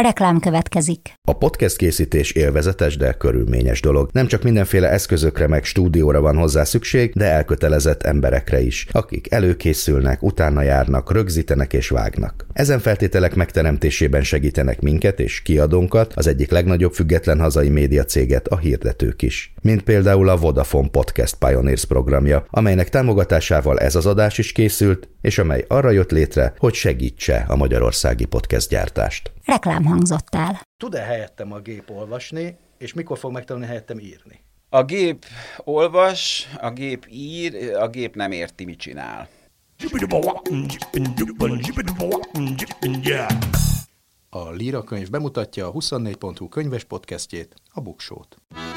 Reklám következik. A podcast készítés élvezetes, de körülményes dolog. Nem csak mindenféle eszközökre meg stúdióra van hozzá szükség, de elkötelezett emberekre is, akik előkészülnek, utána járnak, rögzítenek és vágnak. Ezen feltételek megteremtésében segítenek minket és kiadónkat, az egyik legnagyobb független hazai médiacéget, a hirdetők is. Mint például a Vodafone Podcast Pioneers programja, amelynek támogatásával ez az adás is készült, és amely arra jött létre, hogy segítse a magyarországi podcast gyártást. Reklám hangzott el. Tud-e helyettem a gép olvasni, és mikor fog megtanulni helyettem írni? A gép olvas, a gép ír, a gép nem érti, mit csinál. A Líra könyv bemutatja a 24.hu könyves podcastjét, a Buksót.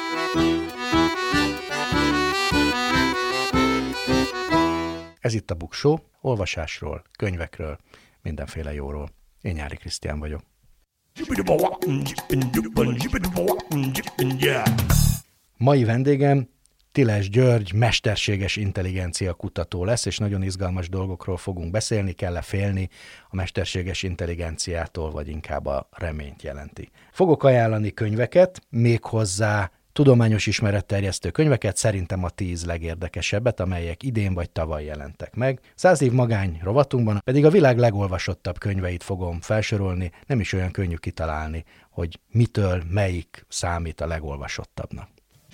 Ez itt a Buksó, olvasásról, könyvekről, mindenféle jóról. Én Nyári Krisztián vagyok. Mai vendégem Tiles György mesterséges intelligencia kutató lesz, és nagyon izgalmas dolgokról fogunk beszélni, kell-e félni a mesterséges intelligenciától, vagy inkább a reményt jelenti. Fogok ajánlani könyveket, méghozzá tudományos ismeretterjesztő könyveket, szerintem a 10 legérdekesebbet, amelyek idén vagy tavaly jelentek meg. 100 év magány rovatunkban pedig a világ legolvasottabb könyveit fogom felsorolni, nem is olyan könnyű kitalálni, hogy mitől melyik számít a legolvasottabbnak.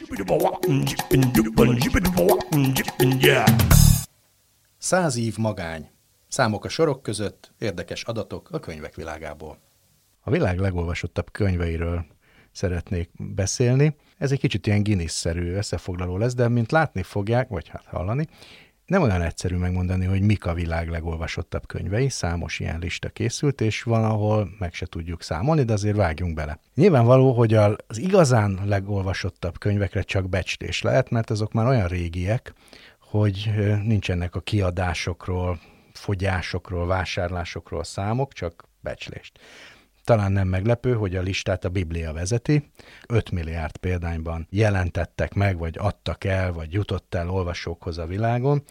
100 év magány. Számok a sorok között, érdekes adatok a könyvek világából. A világ legolvasottabb könyveiről szeretnék beszélni. Ez egy kicsit ilyen Guinness-szerű összefoglaló lesz, de mint látni fogják, vagy hát hallani, nem olyan egyszerű megmondani, hogy mik a világ legolvasottabb könyvei, számos ilyen lista készült, és van, ahol meg se tudjuk számolni, de azért vágjunk bele. Nyilvánvaló, hogy az igazán legolvasottabb könyvekre csak becslés lehet, mert azok már olyan régiek, hogy nincsenek a kiadásokról, fogyásokról, vásárlásokról számok, csak becslést. Talán nem meglepő, hogy a listát a Biblia vezeti. 5 milliárd példányban jelentettek meg, vagy adtak el, vagy jutott el olvasókhoz a világon,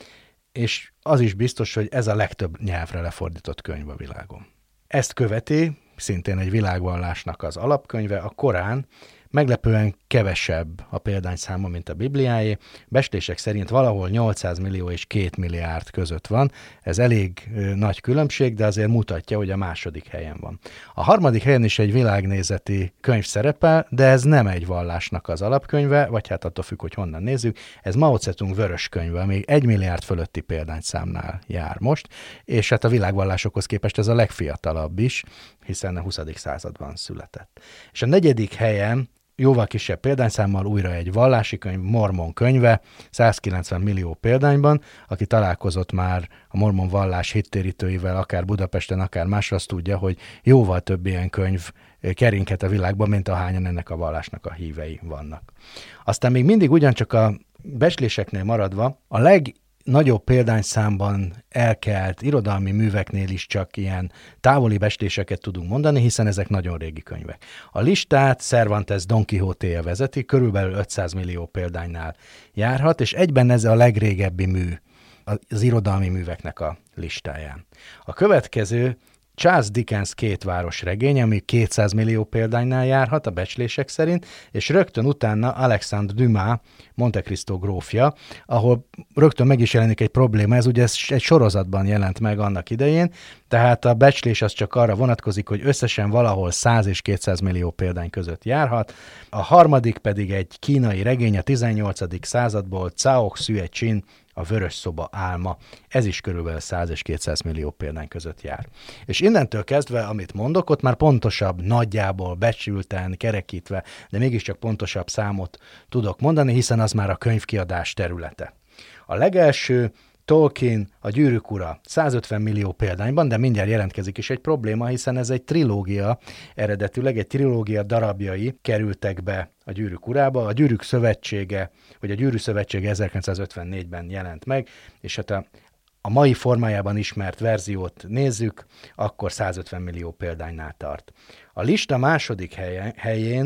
és az is biztos, hogy ez a legtöbb nyelvre lefordított könyv a világon. Ezt követi, szintén egy világvallásnak az alapkönyve, a Korán, meglepően kevesebb a példányszáma, mint a Bibliáé. Becslések szerint valahol 800 millió és 2 milliárd között van. Ez elég nagy különbség, de azért mutatja, hogy a második helyen van. A harmadik helyen is egy világnézeti könyv szerepel, de ez nem egy vallásnak az alapkönyve, vagy hát attól függ, hogy honnan nézzük. Ez Mao Zedong vörös könyve, még 1 milliárd fölötti példányszámnál jár most, és hát a világvallásokhoz képest ez a legfiatalabb is, hiszen a 20. században született. És a negyedik helyen jóval kisebb példányszámmal újra egy vallási könyv, Mormon könyve, 190 millió példányban. Aki találkozott már a mormon vallás hittérítőivel, akár Budapesten, akár másra, azt tudja, hogy jóval több ilyen könyv keringhet a világban, mint ahányan ennek a vallásnak a hívei vannak. Aztán még mindig ugyancsak a becsléseknél maradva, a legnagyobb példányszámban elkelt irodalmi műveknél is csak ilyen távoli becsléseket tudunk mondani, hiszen ezek nagyon régi könyvek. A listát Cervantes Don Quixote-je vezeti, körülbelül 500 millió példánynál járhat, és egyben ez a legrégebbi mű az irodalmi műveknek a listáján. A következő Charles Dickens 2 város regény, ami 200 millió példánynál járhat a becslések szerint, és rögtön utána Alexandre Dumas, Monte Cristo grófja, ahol rögtön meg is jelenik egy probléma, ez ugye egy sorozatban jelent meg annak idején, tehát a becslés az csak arra vonatkozik, hogy összesen valahol 100 és 200 millió példány között járhat. A harmadik pedig egy kínai regény a 18. századból, Cao Xue-csin, a Vörös szoba álma. Ez is körülbelül 100 és 200 millió példány között jár. És innentől kezdve, amit mondok, ott már pontosabb, nagyjából, becsülten, kerekítve, de mégiscsak pontosabb számot tudok mondani, hiszen az már a könyvkiadás területe. A legelső Tolkien, a Gyűrűk ura 150 millió példányban, de mindjárt jelentkezik is egy probléma, hiszen ez egy trilógia, eredetileg egy trilógia darabjai kerültek be a Gyűrűk urába. A Gyűrűk szövetsége, vagy a Gyűrű szövetsége 1954-ben jelent meg, és hát a mai formájában ismert verziót nézzük, akkor 150 millió példánynál tart. A lista második helyén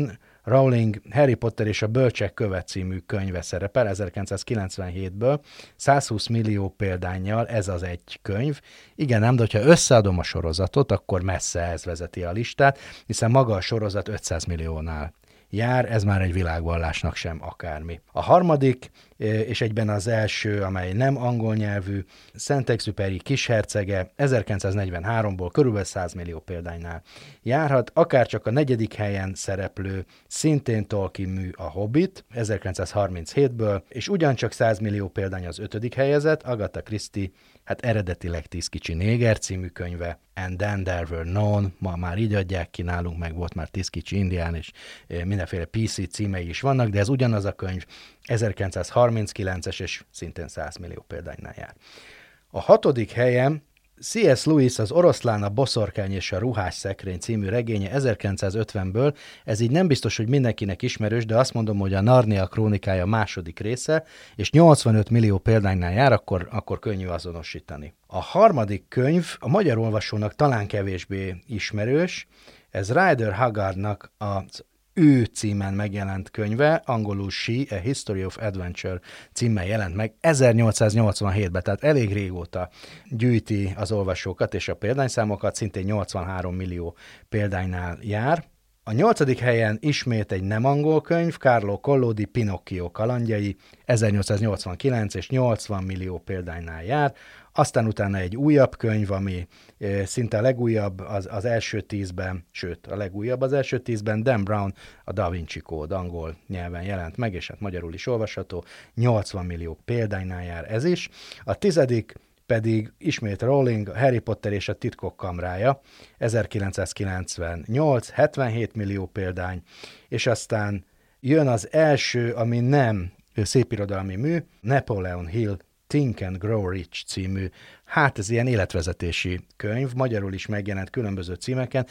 Rowling Harry Potter és a Bölcsek köve című könyve szerepel 1997-ből, 120 millió példánnyal ez az egy könyv. Igen, ám, de hogyha összeadom a sorozatot, akkor messze ez vezeti a listát, hiszen maga a sorozat 500 milliónál jár, ez már egy világvallásnak sem akármi. A harmadik, és egyben az első, amely nem angol nyelvű, Saint-Exupéry Kishercege 1943-ból körülbelül 100 millió példánynál járhat, akárcsak a negyedik helyen szereplő, szintén Tolkien mű a Hobbit 1937-ből, és ugyancsak 100 millió példány az ötödik helyezett, Agatha Christie, hát eredetileg 10 kicsi néger című könyve, And Then There Were None, ma már így adják ki nálunk, meg volt már 10 kicsi indián, és mindenféle PC címei is vannak, de ez ugyanaz a könyv, 1939-es, és szintén 100 millió példánynál jár. A hatodik helyen C.S. Lewis az Oroszlán, a boszorkány és a ruhás szekrény című regénye 1950-ből, ez így nem biztos, hogy mindenkinek ismerős, de azt mondom, hogy a Narnia krónikája második része, és 85 millió példánynál jár, akkor könnyű azonosítani. A harmadik könyv a magyar olvasónak talán kevésbé ismerős, ez Rider Haggardnak az Ő címen megjelent könyve, angolul She, A History of Adventure címmel jelent meg 1887-ben, tehát elég régóta gyűjti az olvasókat és a példányszámokat, szintén 83 millió példánynál jár. A 8. helyen ismét egy nem angol könyv, Carlo Collodi Pinocchio kalandjai, 1889 és 80 millió példánynál jár. Aztán utána egy újabb könyv, ami szinte a legújabb az első 10-ben, sőt, a legújabb az első 10-ben, Dan Brown, a Da Vinci Code angol nyelven jelent meg, és hát magyarul is olvasható, 80 millió példánynál jár ez is. A 10. pedig ismét Rowling, Harry Potter és a Titkok kamrája, 1998, 77 millió példány, és aztán jön az első, ami nem szépirodalmi mű, Napoleon Hill, Think and Grow Rich című, hát ez ilyen életvezetési könyv, magyarul is megjelent különböző címeken,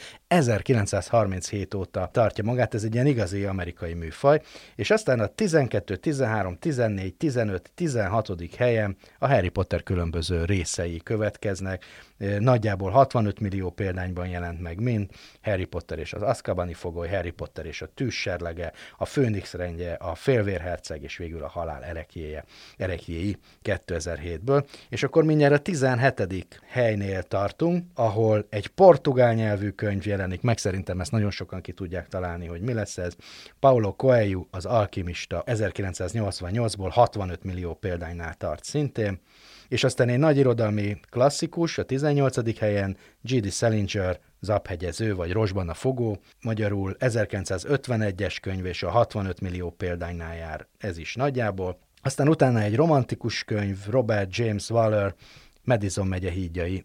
1937 óta tartja magát, ez egy ilyen igazi amerikai műfaj, és aztán a 12, 13, 14, 15, 16. helyen a Harry Potter különböző részei következnek, nagyjából 65 millió példányban jelent meg mind, Harry Potter és az Azkabani fogoly, Harry Potter és a tűzserlege, a Főnix rendje, a Félvérherceg és végül a halál ereklyéi 2007-ből, és akkor mindjárt a 17. helynél tartunk, ahol egy portugál nyelvű könyv jelenik meg, szerintem ezt nagyon sokan ki tudják találni, hogy mi lesz ez. Paulo Coelho, az Alkimista 1988-ból 65 millió példánynál tart szintén, és aztán egy nagy irodalmi klasszikus, a 18. helyen J.D. Salinger, Zaphegyező vagy Rosban a fogó, magyarul 1951-es könyv, és a 65 millió példánynál jár ez is nagyjából. Aztán utána egy romantikus könyv, Robert James Waller, Madison megye hídjai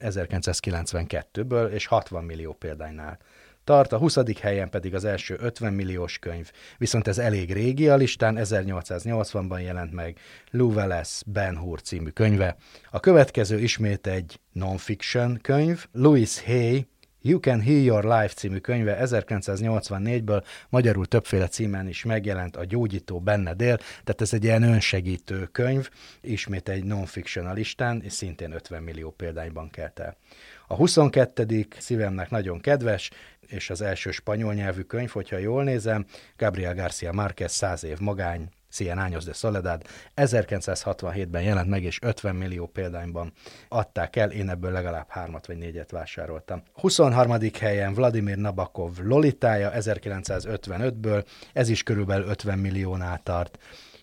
1992-ből, és 60 millió példánynál tart. A 20. helyen pedig az első 50 milliós könyv, viszont ez elég régi a listán, 1880-ban jelent meg Lew Wallace Ben Hur című könyve. A következő ismét egy non-fiction könyv, Louis Hay, You Can Heal Your Life című könyve 1984-ből, magyarul többféle címen is megjelent, A gyógyító benned él, tehát ez egy ilyen önsegítő könyv, ismét egy non-fiction a listán, és szintén 50 millió példányban kelt el. A 22. szívemnek nagyon kedves, és az első spanyol nyelvű könyv, hogyha jól nézem, Gabriel García Márquez 100 év magány, Cien años de soledad, 1967-ben jelent meg, és 50 millió példányban adták el, én ebből legalább 3 vagy 4 vásároltam. 23. helyen Vladimir Nabokov Lolitája 1955-ből, ez is körülbelül 50 milliónál tart.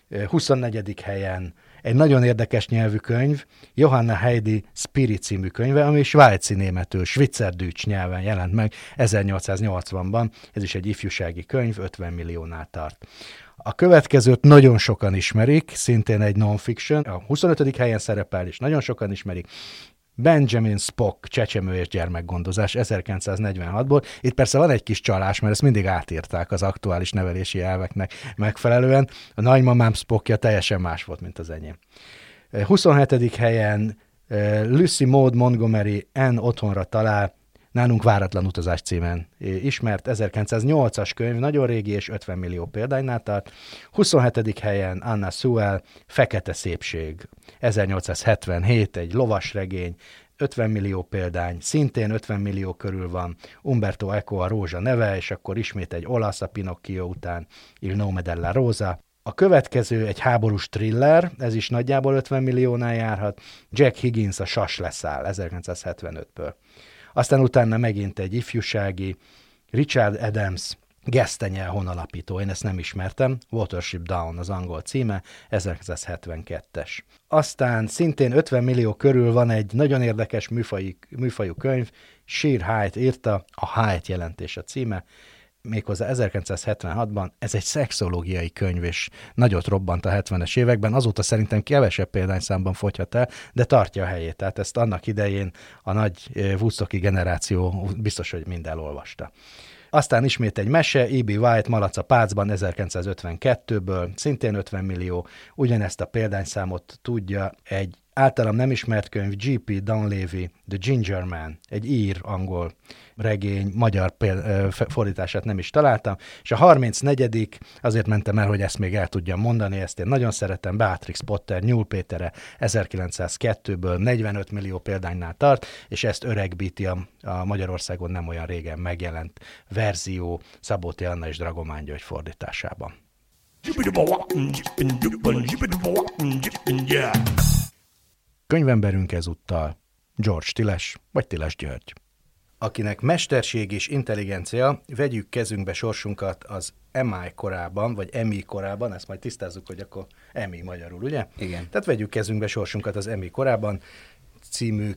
24. helyen egy nagyon érdekes nyelvű könyv, Johanna Heidi Spirit című könyve, ami svájci németül, Schweizerdeutsch nyelven jelent meg 1880-ban, ez is egy ifjúsági könyv, 50 milliónál tart. A következőt nagyon sokan ismerik, szintén egy non-fiction, a 25. helyen szerepel, és nagyon sokan ismerik, Benjamin Spock, Csecsemő és gyermekgondozás 1946-ból. Itt persze van egy kis csalás, mert ezt mindig átírták az aktuális nevelési elveknek megfelelően. A nagymamám Spockja teljesen más volt, mint az enyém. 27. helyen Lucy Maud Montgomery Anne otthonra talál, nálunk Váratlan utazás címen ismert, 1908-as könyv, nagyon régi és 50 millió példánynál tart. 27. helyen Anna Sewell, Fekete szépség, 1877, egy lovasregény, 50 millió példány, szintén 50 millió körül van Umberto Eco a Rózsa neve, és akkor ismét egy olasz a Pinocchio után, Il nome della rosa. A következő egy háborús thriller, ez is nagyjából 50 milliónál járhat, Jack Higgins a Sas leszáll 1975-ből. Aztán utána megint egy ifjúsági, Richard Adams, Gesztenye honalapító, én ezt nem ismertem, Watership Down az angol címe, 1972-es. Aztán szintén 50 millió körül van egy nagyon érdekes műfajú könyv, Sheer Height írta, a Height jelentés a címe, méghozzá 1976-ban, ez egy szexológiai könyv, és nagyot robbant a 70-es években, azóta szerintem kevesebb példányszámban fogyhat el, de tartja a helyét, tehát ezt annak idején a nagy Woodstocki generáció biztos, hogy mind elolvasta. Aztán ismét egy mese, E.B. White Malac a Pácban 1952-ből, szintén 50 millió, ugyanezt a példányszámot tudja egy általam nem ismert könyv, G.P. Donlevy, The Ginger Man, egy ír-angol regény, magyar fordítását nem is találtam, és a 34. azért mentem el, hogy ezt még el tudjam mondani, ezt én nagyon szeretem, Beatrix Potter, Nyúl Pétere 1902-ből 45 millió példánynál tart, és ezt öregbíti a Magyarországon nem olyan régen megjelent verzió Szabó Anna és Dragomán György fordításában. Könyvemberünk ezúttal George Tiles, vagy Tiles György, akinek mesterség és intelligencia, vegyük kezünkbe sorsunkat az MI korában, vagy MI korában, ezt majd tisztázzuk, hogy akkor MI magyarul, ugye? Igen. Tehát vegyük kezünkbe sorsunkat az MI korában című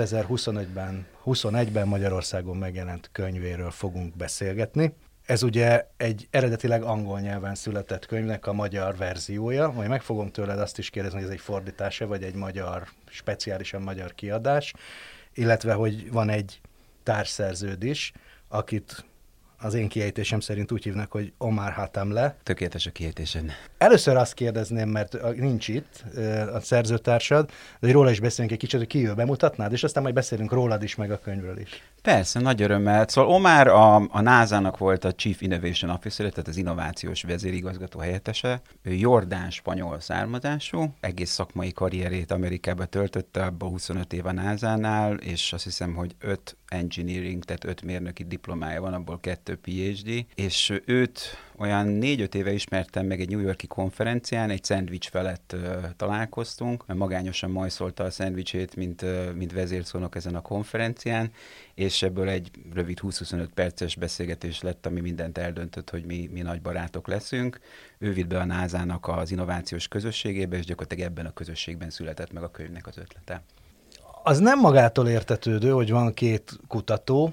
2021-ben Magyarországon megjelent könyvéről fogunk beszélgetni. Ez ugye egy eredetileg angol nyelven született könyvnek a magyar verziója, majd meg fogom tőled azt is kérdezni, hogy ez egy fordítása, vagy egy magyar, speciálisan magyar kiadás, illetve, hogy van egy társszerződ is, akit az én kiejtésem szerint úgy hívnak, hogy Omar Hatemle. Tökéletes a kiejtésed. Először azt kérdezném, mert nincs itt a szerzőtársad, de hogy róla is beszélünk egy kicsit, hogy ki ő, bemutatnád, és aztán majd beszélünk rólad is, meg a könyvről is. Persze, nagy örömmel. Szóval Omar a NASA-nak volt a Chief Innovation Officer, tehát az innovációs vezérigazgató helyettese. Ő jordán-spanyol származású, egész szakmai karrierét Amerikába töltötte, abban 25 év a NASA-nál, és azt hiszem, hogy 5 engineering, tehát 5 mérnöki diplomája van, abból 2 PhD, és őt olyan 4-5 éve ismertem meg egy New York-i konferencián, egy szendvics felett találkoztunk, mert magányosan majszolta a szendvicsét, mint vezérszónok ezen a konferencián, és ebből egy rövid 20-25 perces beszélgetés lett, ami mindent eldöntött, hogy mi nagy barátok leszünk. Ő vitt be a NASA-nak az innovációs közösségébe, és gyakorlatilag ebben a közösségben született meg a könyvnek az ötlete. Az nem magától értetődő, hogy van 2 kutató,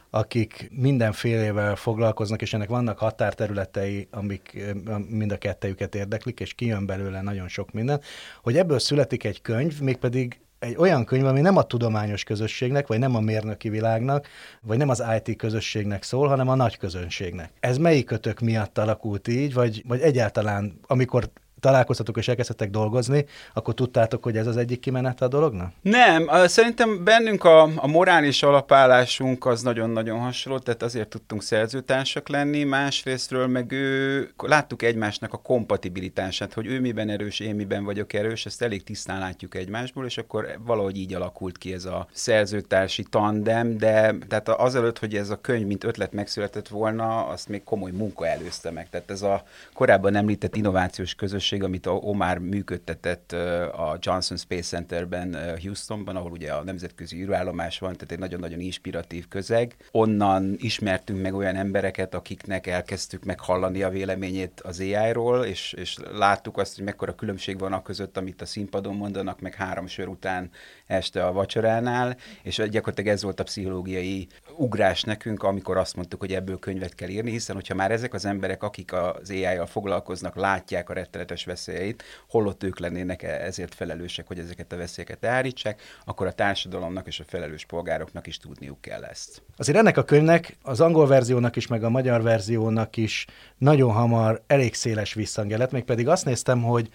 akik mindenfélevel foglalkoznak, és ennek vannak határterületei, amik mind a kettejüket érdeklik, és kijön belőle nagyon sok minden, hogy ebből születik egy könyv, mégpedig egy olyan könyv, ami nem a tudományos közösségnek, vagy nem a mérnöki világnak, vagy nem az IT közösségnek szól, hanem a nagy közönségnek. Ez melyikötök miatt alakult így, vagy egyáltalán, amikor találkoztatok és elkezdtetek dolgozni, akkor tudtátok, hogy ez az egyik kimenete a dolognak? Nem, szerintem bennünk a morális alapállásunk az nagyon-nagyon hasonló, tehát azért tudtunk szerzőtársak lenni, másrésztről meg láttuk egymásnak a kompatibilitását, hogy ő miben erős, én miben vagyok erős, ezt elég tisztán látjuk egymásból, és akkor valahogy így alakult ki ez a szerzőtársi tandem, de tehát azelőtt, hogy ez a könyv mint ötlet megszületett volna, azt még komoly munka előzte meg. Tehát ez a korábban említett innovációs közösség, amit Omar működtetett a Johnson Space Centerben Houstonban, ahol ugye a nemzetközi űrállomás van, tehát egy nagyon-nagyon inspiratív közeg. Onnan ismertünk meg olyan embereket, akiknek elkezdtük meghallani a véleményét az AI-ról, és láttuk azt, hogy mekkora különbség van a között, amit a színpadon mondanak, meg 3 sör után este a vacsoránál, és gyakorlatilag ez volt a pszichológiai ugrás nekünk, amikor azt mondtuk, hogy ebből könyvet kell írni, hiszen hogyha már ezek az emberek, akik az AI-jal foglalkoznak, látják a rettenetes veszélyeit, holott ők lennének ezért felelősek, hogy ezeket a veszélyeket elhárítsák, akkor a társadalomnak és a felelős polgároknak is tudniuk kell ezt. Azért ennek a könyvnek, az angol verziónak is, meg a magyar verziónak is nagyon hamar elég széles visszhangja lett, mégpedig azt néztem, hogy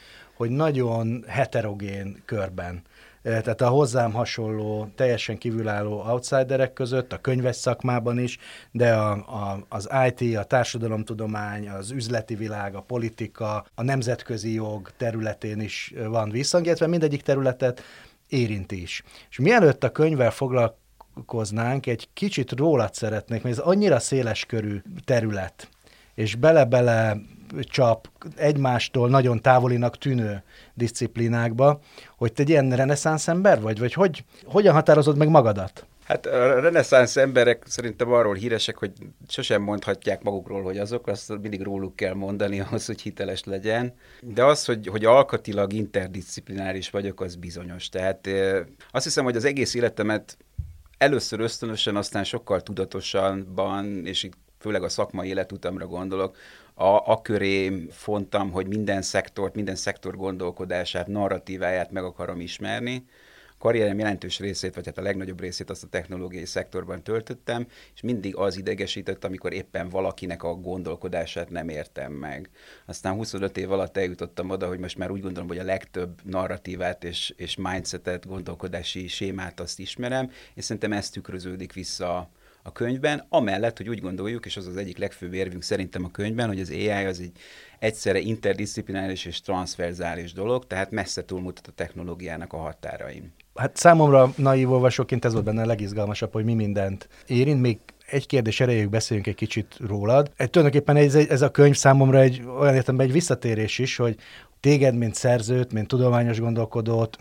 nagyon heterogén körben. Tehát a hozzám hasonló, teljesen kívülálló outsiderek között, a könyves szakmában is, de az IT, a társadalomtudomány, az üzleti világ, a politika, a nemzetközi jog területén is van visszhang, illetve mindegyik területet érinti is. És mielőtt a könyvvel foglalkoznánk, egy kicsit rólad szeretnék, mert ez annyira széleskörű terület, és bele-bele csap egymástól nagyon távolinak tűnő diszciplinákba, hogy te egy ilyen reneszánsz ember vagy hogyan határozod meg magadat? Hát a reneszánsz emberek szerintem arról híresek, hogy sosem mondhatják magukról, hogy azok, azt mindig róluk kell mondani ahhoz, hogy hiteles legyen. De az, hogy alkatilag interdisziplináris vagyok, az bizonyos. Tehát azt hiszem, hogy az egész életemet először ösztönösen, aztán sokkal tudatosabban, és itt főleg a szakmai életutamra gondolok, a köré fontam, hogy minden szektor gondolkodását, narratíváját meg akarom ismerni. A karrierem jelentős részét, vagy hát a legnagyobb részét azt a technológiai szektorban töltöttem, és mindig az idegesített, amikor éppen valakinek a gondolkodását nem értem meg. Aztán 25 év alatt eljutottam oda, hogy most már úgy gondolom, hogy a legtöbb narratívát és mindsetet, gondolkodási sémát azt ismerem, és szerintem ez tükröződik vissza a könyvben, amellett, hogy úgy gondoljuk, és az az egyik legfőbb érvünk szerintem a könyvben, hogy az AI az egy egyszerre interdisziplináris és transzverzális dolog, tehát messze túlmutat a technológiának a határain. Hát számomra naív olvasóként ez volt benne a legizgalmasabb, hogy mi mindent érint. Még egy kérdés erejéig beszéljünk egy kicsit rólad. Tulajdonképpen ez a könyv számomra olyan értelemben egy visszatérés is, hogy téged, mint szerzőt, mint tudományos gondolkodót,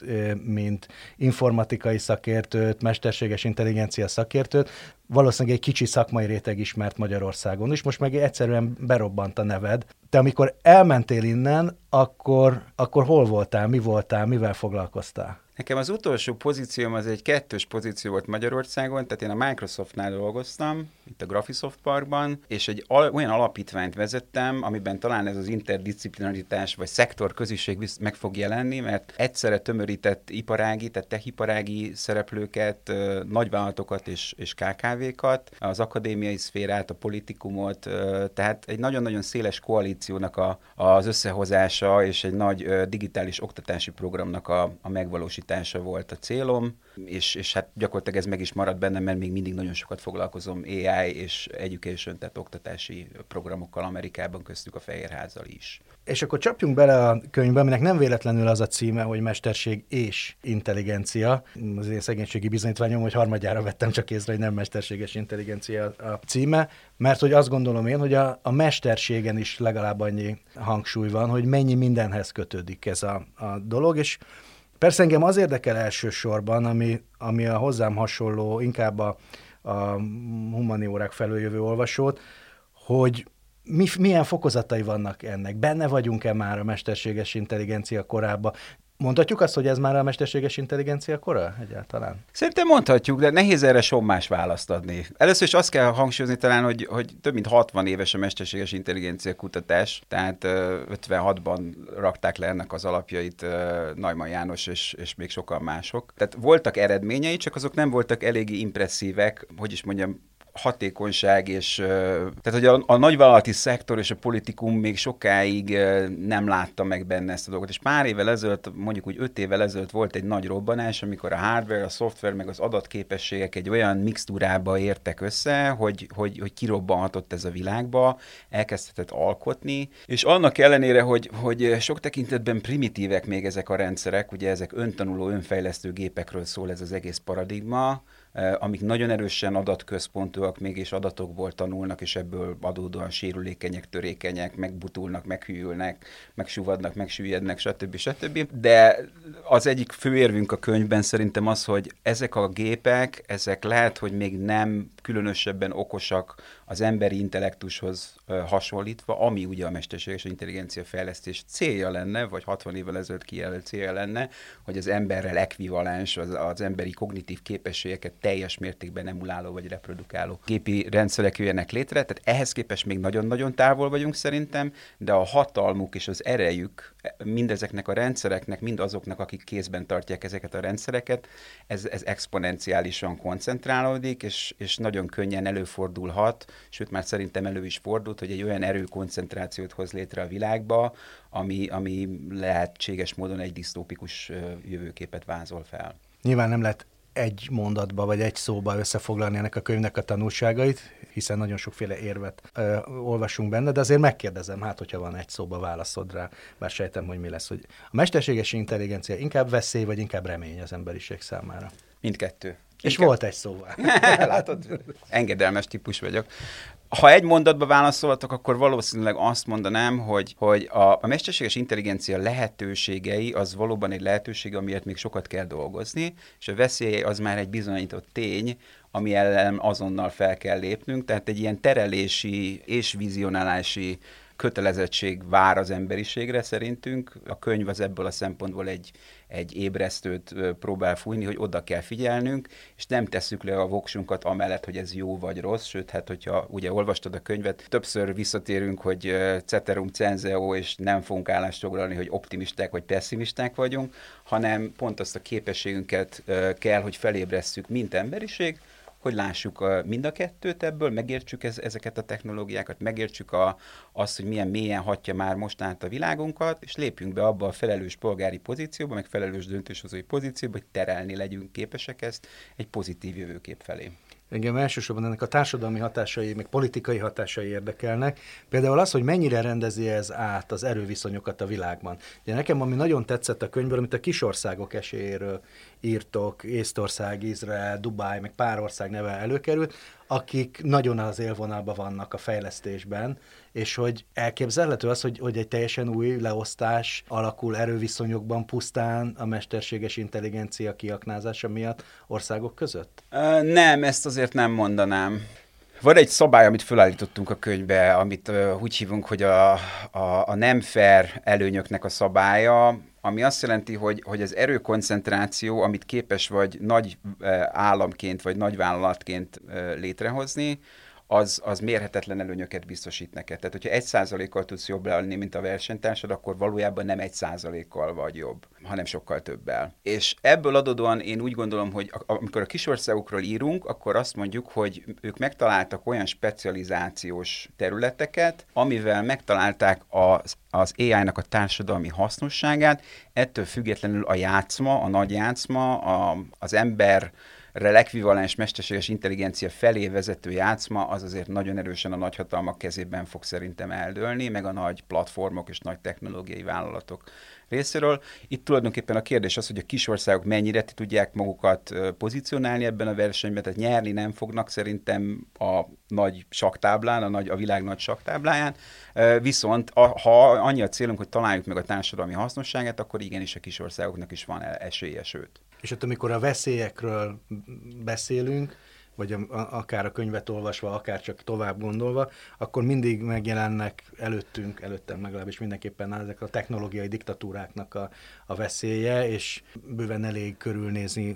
mint informatikai szakértőt, mesterséges intelligencia szakértőt, valószínűleg egy kicsi szakmai réteg ismert Magyarországon is, most meg egyszerűen berobbant a neved. Te amikor elmentél innen, akkor hol voltál, mi voltál, mivel foglalkoztál? Nekem az utolsó pozícióm az egy 2-s pozíció volt Magyarországon, tehát én a Microsoftnál dolgoztam, itt a Graphisoft Parkban, és egy olyan alapítványt vezettem, amiben talán ez az interdisziplinaritás vagy szektorköziség meg fog jelenni, mert egyszerre tömörített iparági, tehát techiparági szereplőket, nagyvállalatokat és KKV-kat, az akadémiai szférát, a politikumot, tehát egy nagyon-nagyon széles koalíciónak az összehozása és egy nagy digitális oktatási programnak a megvalósítása volt a célom, és hát gyakorlatilag ez meg is maradt bennem, mert még mindig nagyon sokat foglalkozom AI és education, tehát oktatási programokkal Amerikában, köztük a Fehérházzal is. És akkor csapjunk bele a könyvbe, aminek nem véletlenül az a címe, hogy mesterség és intelligencia. Az én szegénységi bizonyítványom, hogy harmadjára vettem csak észre, hogy nem mesterséges intelligencia a címe, mert hogy azt gondolom én, hogy a mesterségen is legalább annyi hangsúly van, hogy mennyi mindenhez kötődik ez a dolog, és persze engem az érdekel elsősorban, ami a hozzám hasonló, inkább a humaniórák felől jövő olvasót, hogy milyen fokozatai vannak ennek. Benne vagyunk-e már a mesterséges intelligencia korában? Mondhatjuk azt, hogy ez már a mesterséges intelligencia kora egyáltalán? Szerintem mondhatjuk, de nehéz erre sommás választ adni. Először is azt kell hangsúlyozni talán, hogy több mint 60 éves a mesterséges intelligencia kutatás, tehát 56-ban rakták le ennek az alapjait Neumann János és még sokan mások. Tehát voltak eredményei, csak azok nem voltak eléggé impresszívek, hogy is mondjam, hatékonyság, és tehát, hogy a nagyvállalati szektor és a politikum még sokáig nem látta meg benne ezt a dolgot. És pár évvel ezelőtt, mondjuk úgy 5 évvel ezelőtt volt egy nagy robbanás, amikor a hardware, a szoftver, meg az adatképességek egy olyan mixtúrába értek össze, hogy kirobbanhatott ez a világba, elkezdhetett alkotni, és annak ellenére, hogy sok tekintetben primitívek még ezek a rendszerek, ugye ezek öntanuló, önfejlesztő gépekről szól ez az egész paradigma, amik nagyon erősen adatközpontúak, mégis adatokból tanulnak, és ebből adódóan sérülékenyek, törékenyek, megbutulnak, meghűlnek, megsúvadnak, megsüllyednek, stb. De az egyik fő érvünk a könyvben szerintem az, hogy ezek a gépek, ezek lehet, hogy még nem különösebben okosak az emberi intellektushoz hasonlítva, ami ugye a mesterséges intelligencia fejlesztés célja lenne, vagy 60 évvel ezelőtt kijelölt célja lenne, hogy az emberrel ekvivalens, az emberi kognitív képességeket teljes mértékben emuláló vagy reprodukáló gépi rendszerek jöjjenek létre, tehát ehhez képest még nagyon-nagyon távol vagyunk szerintem, de a hatalmuk és az erejük mindezeknek a rendszereknek, mind azoknak, akik kézben tartják ezeket a rendszereket, ez exponenciálisan koncentrálódik, és nagyon könnyen előfordulhat, sőt már szerintem elő is fordult, hogy egy olyan erőkoncentrációt hoz létre a világba, ami lehetséges módon egy disztópikus jövőképet vázol fel. Nyilván nem lehet egy mondatba vagy egy szóba összefoglalni ennek a könyvnek a tanulságait, hiszen nagyon sokféle érvet olvasunk benne, de azért megkérdezem, hát hogyha van egy szóba válaszod rá, bár sejtem, hogy mi lesz, hogy a mesterséges intelligencia inkább veszély, vagy inkább remény az emberiség számára? Mindkettő. És volt egy szóval. Látod? Engedelmes típus vagyok. Ha egy mondatba válaszolhatok, akkor valószínűleg azt mondanám, hogy a mesterséges intelligencia lehetőségei az valóban egy lehetőség, amiért még sokat kell dolgozni, és a veszély az már egy bizonyított tény, ami ellen azonnal fel kell lépnünk, tehát egy ilyen terelési és vizionálási kötelezettség vár az emberiségre szerintünk. A könyv az ebből a szempontból egy ébresztőt próbál fújni, hogy oda kell figyelnünk, és nem tesszük le a voksunkat amellett, hogy ez jó vagy rossz, sőt, hát hogyha ugye olvastad a könyvet, többször visszatérünk, hogy ceterum censeo, és nem fogunk állást foglalni, hogy optimisták vagy pessimisták vagyunk, hanem pont azt a képességünket kell, hogy felébresszük, mint emberiség, hogy lássuk mind a kettőt ebből, megértsük ezeket a technológiákat, megértsük azt, hogy milyen mélyen hatja már most át a világunkat, és lépjünk be abba a felelős polgári pozícióba, meg felelős döntéshozói pozícióba, hogy terelni legyünk képesek ezt egy pozitív jövőkép felé. Engem elsősorban ennek a társadalmi hatásai, meg politikai hatásai érdekelnek. Például az, hogy mennyire rendezi ez át az erőviszonyokat a világban. Ugye nekem, ami nagyon tetszett a könyvből, amit a kisországok esélyéről írtok, Észtország, Izrael, Dubáj, meg pár ország neve előkerült, akik nagyon az élvonalban vannak a fejlesztésben, és hogy elképzelhető az, hogy egy teljesen új leosztás alakul erőviszonyokban pusztán a mesterséges intelligencia kiaknázása miatt országok között? Nem, ezt azért nem mondanám. Van egy szabály, amit felállítottunk a könyvbe, amit úgy hívunk, hogy a nem fair előnyöknek a szabálya, ami azt jelenti, hogy az erőkoncentráció, amit képes vagy nagy államként, vagy nagy vállalatként létrehozni, az mérhetetlen előnyöket biztosít neked. Tehát, hogyha 1%-kal tudsz jobb lenni, mint a versenytársad, akkor valójában nem 1%-kal vagy jobb, hanem sokkal többel. És ebből adódóan én úgy gondolom, hogy amikor a kisországokról írunk, akkor azt mondjuk, hogy ők megtaláltak olyan specializációs területeket, amivel megtalálták az AI-nak a társadalmi hasznosságát, ettől függetlenül a játszma, a nagy játszma, az ember ekvivalens mesterséges intelligencia felé vezető játszma, az azért nagyon erősen a nagyhatalmak kezében fog szerintem eldőlni, meg a nagy platformok és nagy technológiai vállalatok részéről. Itt tulajdonképpen a kérdés az, hogy a kisországok mennyire tudják magukat pozícionálni ebben a versenyben, tehát nyerni nem fognak szerintem a nagy sakktáblán, a világ nagy sakktábláján, viszont ha annyi a célunk, hogy találjuk meg a társadalmi hasznosságát, akkor igenis a kisországoknak is van esélye, sőt. És ott, amikor a veszélyekről beszélünk, vagy akár a könyvet olvasva, akár csak tovább gondolva, akkor mindig megjelennek előttem legalábbis mindenképpen ezek a technológiai diktatúráknak a veszélye, és bőven elég körülnézni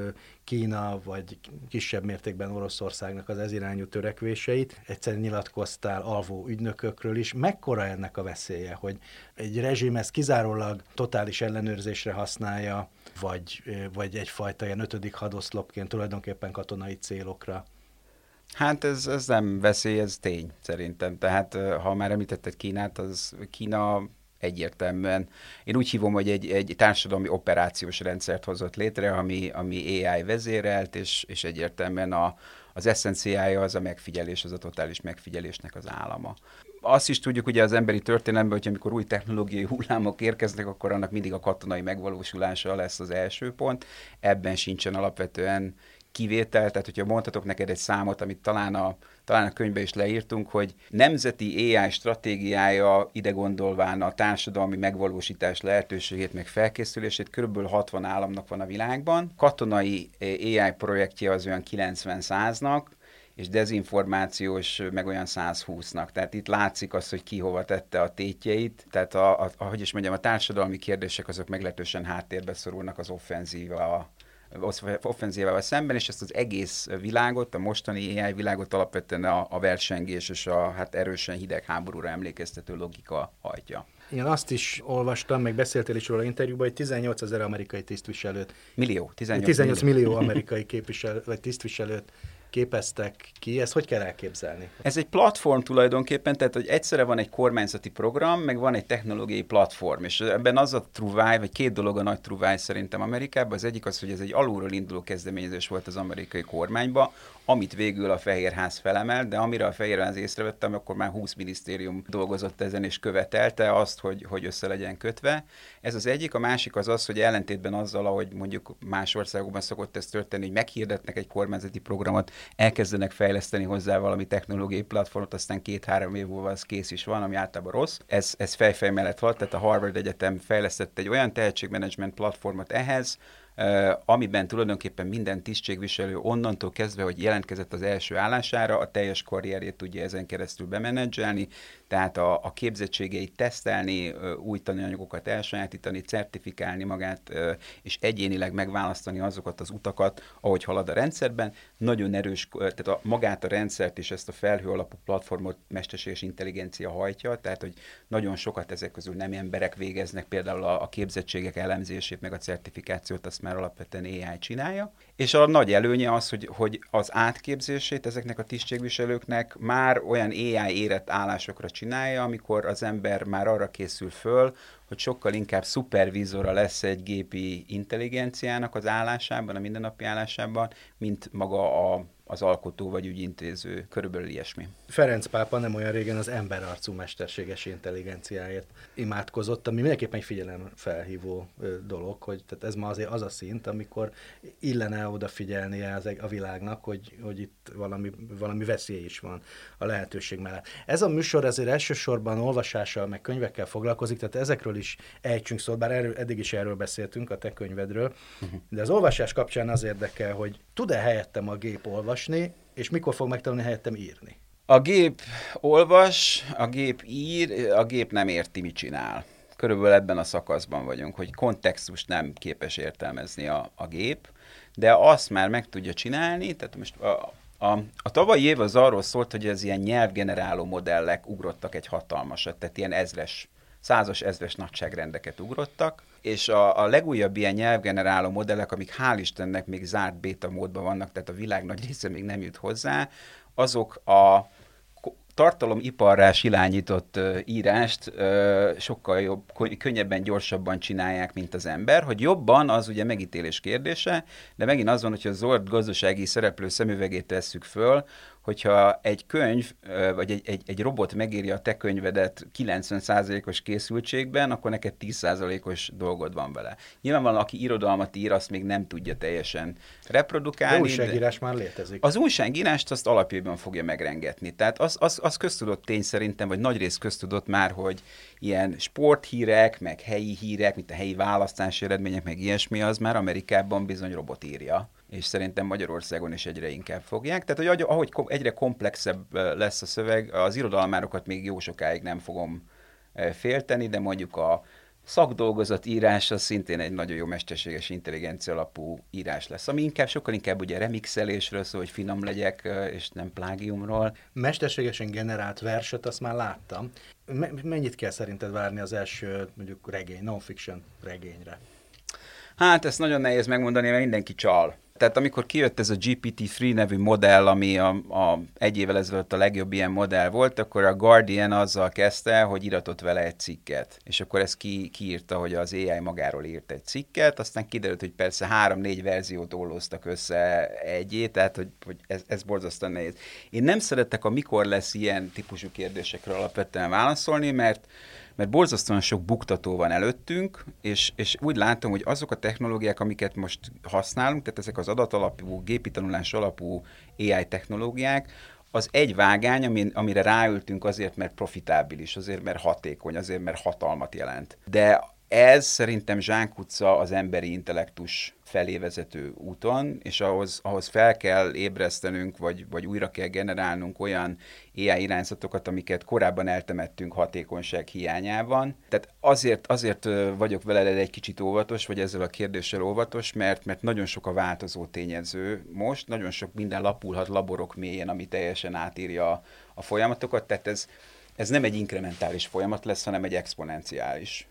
Kína, vagy kisebb mértékben Oroszországnak az ezirányú törekvéseit. Egyszer nyilatkoztál alvó ügynökökről is. Mekkora ennek a veszélye, hogy egy rezsim ezt kizárólag totális ellenőrzésre használja, vagy egyfajta ilyen 5. hadoszlopként tulajdonképpen katonai célokra? Hát ez nem veszély, ez tény szerintem. Tehát ha már említetted Kínát, az Kína egyértelműen. Én úgy hívom, hogy egy társadalmi operációs rendszert hozott létre, ami AI vezérelt, és egyértelműen az eszenciája az a megfigyelés, az a totális megfigyelésnek az állama. Azt is tudjuk ugye az emberi történelemben, hogy amikor új technológiai hullámok érkeznek, akkor annak mindig a katonai megvalósulása lesz az első pont. Ebben sincsen alapvetően kivétel, tehát hogyha mondhatok neked egy számot, amit talán a könyvben is leírtunk, hogy nemzeti AI stratégiája ide gondolván a társadalmi megvalósítás lehetőségét, meg felkészülését körülbelül 60 államnak van a világban. Katonai AI projektje az olyan 90-100-nak, és dezinformációs meg olyan 120-nak. Tehát itt látszik az, hogy ki hova tette a tétjeit. Tehát ahogy is mondjam, a társadalmi kérdések azok meglehetősen háttérbe szorulnak az offenzívával szemben, és ezt az egész világot, a mostani AI világot alapvetően a versengés és a erősen hidegháborúra emlékeztető logika hajtja. Én azt is olvastam, meg beszéltél is róla interjúban, hogy 18 000 amerikai tisztviselőt. 18 millió amerikai képviselő, vagy tisztviselőt képeztek ki, ezt hogy kell elképzelni? Ez egy platform tulajdonképpen, tehát hogy egyszerre van egy kormányzati program, meg van egy technológiai platform, és ebben az a truváj, vagy két dolog a nagy truváj szerintem Amerikában. Az egyik az, hogy ez egy alulról induló kezdeményezés volt az amerikai kormányba, amit végül a Fehérház felemel, de amire a Fehérház észrevettem, akkor már 20 minisztérium dolgozott ezen és követelte azt, hogy össze legyen kötve. Ez az egyik, a másik az az, hogy ellentétben azzal, ahogy mondjuk más országokban szokott ez történni, hogy meghirdetnek egy kormányzati programot, elkezdenek fejleszteni hozzá valami technológiai platformot, aztán 2-3 év múlva az kész is van, ami általában rossz. Ez fejfej mellett volt, tehát a Harvard Egyetem fejlesztett egy olyan tehetségmenedzsment platformot ehhez, amiben tulajdonképpen minden tisztségviselő onnantól kezdve, hogy jelentkezett az első állására, a teljes karrierjét tudja ezen keresztül bemenedzselni, tehát a képzettségeit tesztelni, új tananyagokat elsajátítani, certifikálni magát, és egyénileg megválasztani azokat az utakat, ahogy halad a rendszerben. Nagyon erős, tehát magát a rendszert és ezt a felhő alapú platformot mesterséges intelligencia hajtja, tehát hogy nagyon sokat ezek közül nem emberek végeznek, például a képzettségek elemzését, meg a certifikációt, azt már alapvetően AI csinálja. És a nagy előnye az, hogy az átképzését ezeknek a tisztségviselőknek már olyan AI érett állásokra csinálja, amikor az ember már arra készül föl, hogy sokkal inkább szupervízora lesz egy gépi intelligenciának az állásában, a mindennapi állásában, mint maga az alkotó vagy ügyintéző, körülbelül ilyesmi. Ferenc pápa nem olyan régen az emberarcú mesterséges intelligenciáért imádkozott, ami mindenképpen egy figyelemfelhívó dolog, hogy tehát ez ma azért az a szint, amikor illene odafigyelnie a világnak, hogy itt valami veszély is van a lehetőség mellett. Ez a műsor azért elsősorban olvasással, meg könyvekkel foglalkozik, tehát ezekről is ejtsünk szót, bár eddig is erről beszéltünk, a te könyvedről, de az olvasás kapcsán az érdekel, hogy tud-e helyettem a gép olvasni, és mikor fog megtanulni helyettem írni? A gép olvas, a gép ír, a gép nem érti, mit csinál. Körülbelül ebben a szakaszban vagyunk, hogy kontextust nem képes értelmezni a gép, de azt már meg tudja csinálni, tehát most a tavalyi év az arról szólt, hogy ez ilyen nyelvgeneráló modellek ugrottak egy hatalmasat, tehát ilyen 100-as, 1000-es nagyságrendeket ugrottak, és a legújabb ilyen nyelvgeneráló modellek, amik hál' Istennek még zárt béta módban vannak, tehát a világ nagy része még nem jut hozzá, azok a tartalomiparrá silányított írást sokkal jobb, könnyebben, gyorsabban csinálják, mint az ember. Hogy jobban, az ugye megítélés kérdése, de megint az van, hogyha a zord gazdasági szereplő szemüvegét tesszük föl, hogyha egy könyv, vagy egy robot megírja a te könyvedet 90%-os készültségben, akkor neked 10%-os dolgod van vele. Nyilvánvalóan, aki irodalmat ír, azt még nem tudja teljesen reprodukálni. De újságírás már létezik. Az újságírást azt alapjában fogja megrengetni. Tehát az köztudott tény szerintem, vagy nagyrészt köztudott már, hogy ilyen sporthírek, meg helyi hírek, mint a helyi választási eredmények, meg ilyesmi, az már Amerikában bizony robot írja. És szerintem Magyarországon is egyre inkább fogják. Tehát, hogy ahogy egyre komplexebb lesz a szöveg, az irodalmárokat még jó sokáig nem fogom félteni, de mondjuk a szakdolgozat írás az szintén egy nagyon jó mesterséges intelligencia alapú írás lesz, ami sokkal inkább ugye remixelésről szól, hogy finom legyek, és nem plágiumról. Mesterségesen generált verset, azt már láttam. Mennyit kell szerinted várni az első, mondjuk non-fiction regényre? Hát ezt nagyon nehéz megmondani, mert mindenki csal. Tehát amikor kijött ez a GPT-3 nevű modell, ami egy évvel ezelőtt a legjobb ilyen modell volt, akkor a Guardian azzal kezdte, hogy iratott vele egy cikket. És akkor ezt kiírta, hogy az AI magáról írt egy cikket, aztán kiderült, hogy persze 3-4 verziót ollóztak össze egyé, tehát hogy ez borzasztóan nehéz. Én nem szeretek a mikor lesz ilyen típusú kérdésekre alapvetően válaszolni, mert borzasztóan sok buktató van előttünk, és úgy látom, hogy azok a technológiák, amiket most használunk, tehát ezek az adatalapú, gépi tanulás alapú AI technológiák, az egy vágány, amire ráültünk azért, mert profitábilis, azért, mert hatékony, azért, mert hatalmat jelent. De ez szerintem zsákutca az emberi intellektus felé vezető úton, és ahhoz fel kell ébresztenünk, vagy újra kell generálnunk olyan AI irányzatokat, amiket korábban eltemettünk hatékonyság hiányában. Tehát azért vagyok veled egy kicsit óvatos, vagy ezzel a kérdéssel óvatos, mert nagyon sok a változó tényező most, nagyon sok minden lapulhat laborok mélyen, ami teljesen átírja a folyamatokat, tehát ez nem egy inkrementális folyamat lesz, hanem egy exponenciális.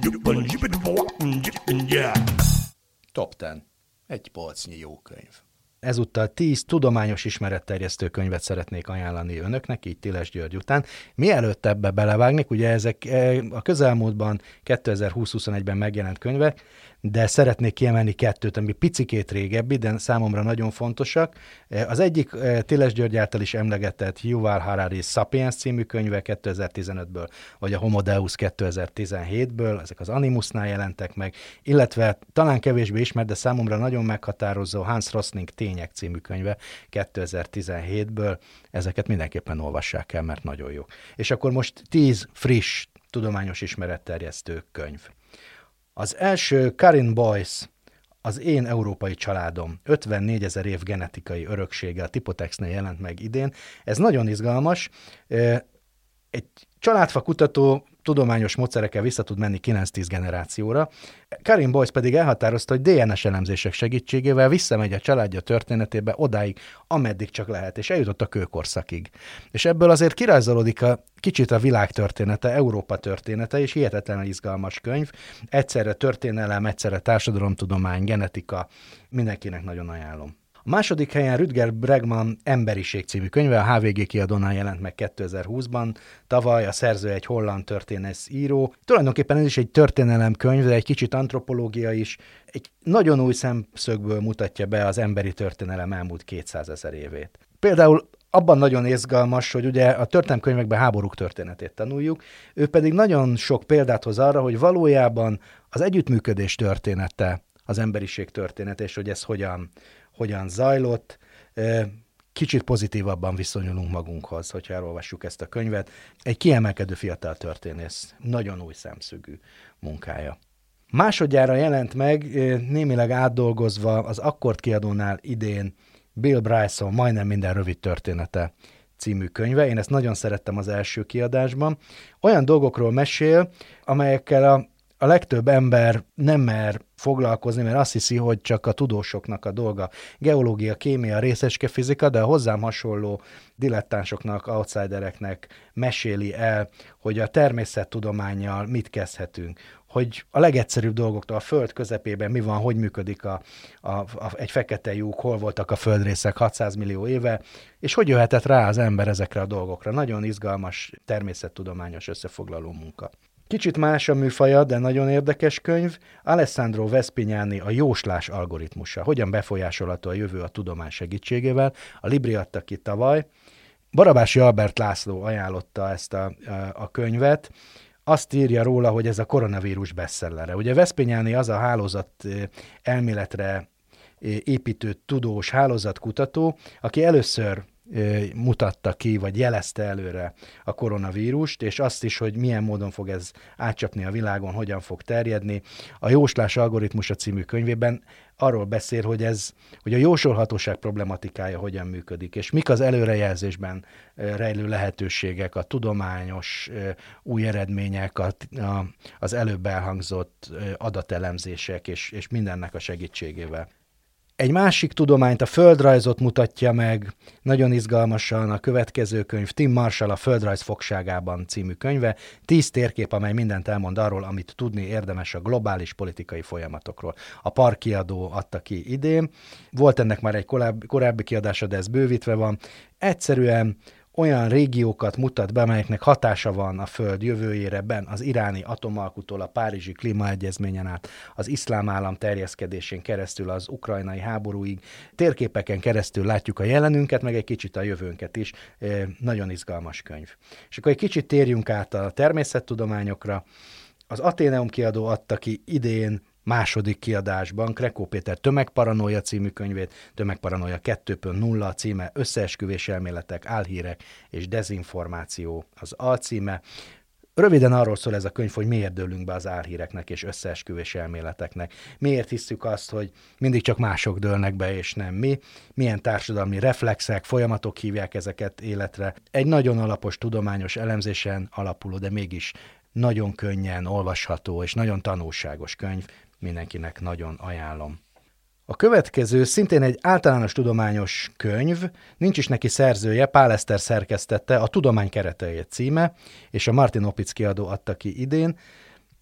Top 10. Egy polcnyi jó könyv. ezúttal 10 tudományos ismeretterjesztő könyvet szeretnék ajánlani önöknek, így Tiles György után. Mielőtt ebbe belevágnék, ugye ezek a közelmúltban 2020-21-ben megjelent könyvek, de szeretnék kiemelni 2, ami picikét régebbi, de számomra nagyon fontosak. Az egyik Tiles György által is emlegetett Yuval Harari Sapiens című könyve 2015-ből, vagy a Homo Deus 2017-ből, ezek az Animusnál jelentek meg, illetve talán kevésbé ismert, de számomra nagyon meghatározó Hans Rosling Tények című könyve 2017-ből. Ezeket mindenképpen olvassák el, mert nagyon jó. És akkor most 10 friss tudományos ismeretterjesztő könyv. Az első Karin Boyce, Az én európai családom, 54 000 év genetikai öröksége, a Tipotexnél jelent meg idén. Ez nagyon izgalmas. Egy családfa kutató tudományos módszerekkel vissza tud menni 9-10 generációra. Karin Boyce pedig elhatározta, hogy DNS elemzések segítségével visszamegy a családja történetébe odáig, ameddig csak lehet, és eljutott a kőkorszakig. És ebből azért kirajzolódik kicsit a világ története, Európa története, és hihetetlenül izgalmas könyv. Egyszerre történelem, egyszerre társadalomtudomány, genetika, mindenkinek nagyon ajánlom. A második helyen Rutger Bregman Emberiség című könyve, a HVG kiadónál jelent meg 2020-ban. Tavaly a szerző egy holland történész író. Tulajdonképpen ez is egy történelemkönyv, de egy kicsit antropológia is. Egy nagyon új szemszögből mutatja be az emberi történelem elmúlt 200 000 évét. Például abban nagyon izgalmas, hogy ugye a történelemkönyvekben háborúk történetét tanuljuk, ő pedig nagyon sok példát hoz arra, hogy valójában az együttműködés története, az emberiség története, és hogy ez hogyan zajlott. Kicsit pozitívabban viszonyulunk magunkhoz, hogyha elolvassuk ezt a könyvet. Egy kiemelkedő fiatal történész, nagyon új szemszögű munkája. Másodjára jelent meg, némileg átdolgozva az Akkord kiadónál idén Bill Bryson Majdnem minden rövid története című könyve. Én ezt nagyon szerettem az első kiadásban. Olyan dolgokról mesél, amelyekkel a legtöbb ember nem mer foglalkozni, mert azt hiszi, hogy csak a tudósoknak a dolga. Geológia, kémia, részecske fizika, de a hozzám hasonló dilettánsoknak, outsidereknek meséli el, hogy a természettudománnyal mit kezdhetünk, hogy a legegyszerűbb dolgoktól a föld közepében mi van, hogy működik egy fekete lyuk, hol voltak a földrészek 600 millió éve, és hogy jöhetett rá az ember ezekre a dolgokra. Nagyon izgalmas természettudományos összefoglaló munka. Kicsit más a műfaja, de nagyon érdekes könyv. Alessandro Vespignani A jóslás algoritmusa. Hogyan befolyásolható a jövő a tudomány segítségével. A Libri adta ki tavaly. Barabási Albert László ajánlotta ezt a könyvet. Azt írja róla, hogy ez a koronavírus bestsellere. Ugye Vespignani az a hálózat elméletre építő tudós hálózatkutató, aki először mutatta ki, vagy jelezte előre a koronavírust, és azt is, hogy milyen módon fog ez átcsapni a világon, hogyan fog terjedni. A jóslás algoritmusa című könyvében arról beszél, hogy a jósolhatóság problematikája hogyan működik, és mik az előrejelzésben rejlő lehetőségek, a tudományos új eredmények, az előbb elhangzott adatelemzések, és mindennek a segítségével. Egy másik tudományt, a földrajzot mutatja meg, nagyon izgalmasan a következő könyv, Tim Marshall A földrajz fogságában című könyve, 10 térkép, amely mindent elmond arról, amit tudni érdemes a globális politikai folyamatokról. A Park kiadó adta ki idén, volt ennek már egy korábbi kiadása, de ez bővítve van. Egyszerűen olyan régiókat mutat be, amelyeknek hatása van a Föld jövőjére, az iráni atomalkutól a Párizsi klímaegyezményen át, az iszlám állam terjeszkedésén keresztül az ukrajnai háborúig. Térképeken keresztül látjuk a jelenünket, meg egy kicsit a jövőnket is. Nagyon izgalmas könyv. És akkor egy kicsit térjünk át a természettudományokra. Az Atheneum kiadó adta ki idén második kiadásban Krekó Péter Tömegparanója című könyvét, Tömegparanója 2.0 a címe, Összeesküvés elméletek, álhírek és dezinformáció az alcíme. Röviden arról szól ez a könyv, hogy miért dőlünk be az álhíreknek és összeesküvés elméleteknek. Miért hisszük azt, hogy mindig csak mások dőlnek be, és nem mi. Milyen társadalmi reflexek, folyamatok hívják ezeket életre. Egy nagyon alapos tudományos elemzésen alapuló, de mégis nagyon könnyen olvasható és nagyon tanulságos könyv. Mindenkinek nagyon ajánlom. A következő szintén egy általános tudományos könyv, nincs is neki szerzője, Pál Eszter szerkesztette, A tudomány keretei címe, és a Martin Opitz kiadó adta ki idén.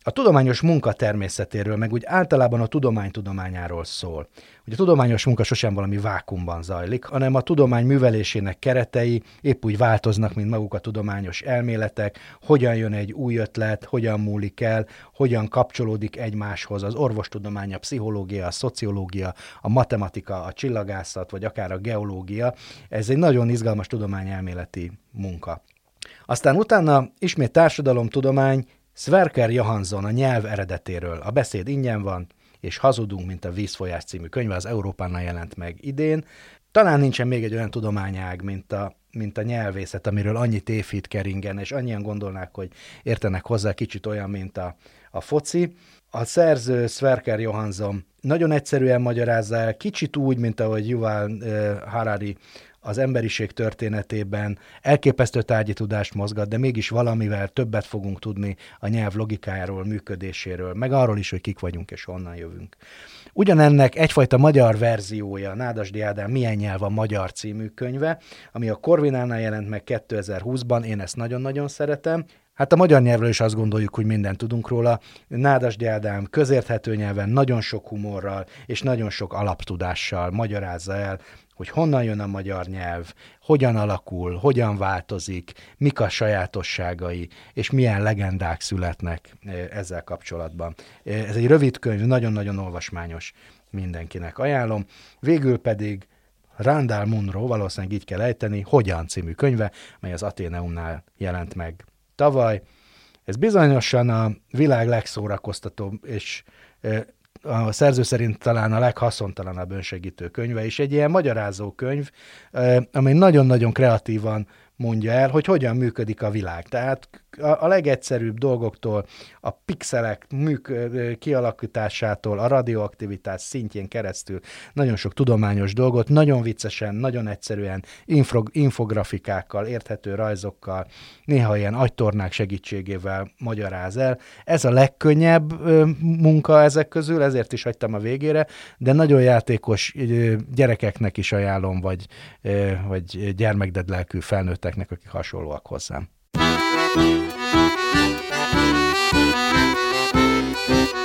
A tudományos munka természetéről, meg úgy általában a tudományáról szól. Ugye a tudományos munka sosem valami vákuumban zajlik, hanem a tudomány művelésének keretei épp úgy változnak, mint maguk a tudományos elméletek, hogyan jön egy új ötlet, hogyan múlik el, hogyan kapcsolódik egymáshoz az orvostudomány, a pszichológia, a szociológia, a matematika, a csillagászat, vagy akár a geológia. Ez egy nagyon izgalmas tudományelméleti munka. Aztán utána ismét társadalomtudomány, Sverker Johansson a nyelv eredetéről. A beszéd ingyen van, és hazudunk, mint a Vízfolyás című könyve, az Európánál jelent meg idén. Talán nincsen még egy olyan tudományág, mint a nyelvészet, amiről annyi tévhit keringen, és annyian gondolnák, hogy értenek hozzá, kicsit olyan, mint a foci. A szerző Sverker Johansson nagyon egyszerűen magyarázza el, kicsit úgy, mint ahogy Yuval Harari az emberiség történetében elképesztő tárgyi tudást mozgat, de mégis valamivel többet fogunk tudni a nyelv logikájáról, működéséről, meg arról is, hogy kik vagyunk és honnan jövünk. Ugyanennek egyfajta magyar verziója, Nádasdy Ádám Milyen nyelv a magyar című könyve, ami a Corvinánál jelent meg 2020-ban, én ezt nagyon-nagyon szeretem. Hát a magyar nyelvről is azt gondoljuk, hogy mindent tudunk róla. Nádasdy Ádám közérthető nyelven, nagyon sok humorral és nagyon sok alaptudással magyarázza el, hogy honnan jön a magyar nyelv, hogyan alakul, hogyan változik, mik a sajátosságai, és milyen legendák születnek ezzel kapcsolatban. Ez egy rövid könyv, nagyon-nagyon olvasmányos, mindenkinek ajánlom. Végül pedig Randall Munro, valószínűleg így kell ejteni, Hogyan című könyve, mely az Atheneumnál jelent meg tavaly. Ez bizonyosan a világ legszórakoztatóbb, és a szerző szerint talán a leghaszontalanabb önsegítő könyve, és egy ilyen magyarázó könyv, amely nagyon-nagyon kreatívan mondja el, hogy hogyan működik a világ. Tehát a legegyszerűbb dolgoktól, a pixelek kialakításától, a radioaktivitás szintjén keresztül nagyon sok tudományos dolgot, nagyon viccesen, nagyon egyszerűen, infografikákkal, érthető rajzokkal, néha ilyen agytornák segítségével magyaráz el. Ez a legkönnyebb munka ezek közül, ezért is hagytam a végére, de nagyon játékos gyerekeknek is ajánlom, vagy gyermekdedlelkű felnőtteknek, akik hasonlóak hozzám.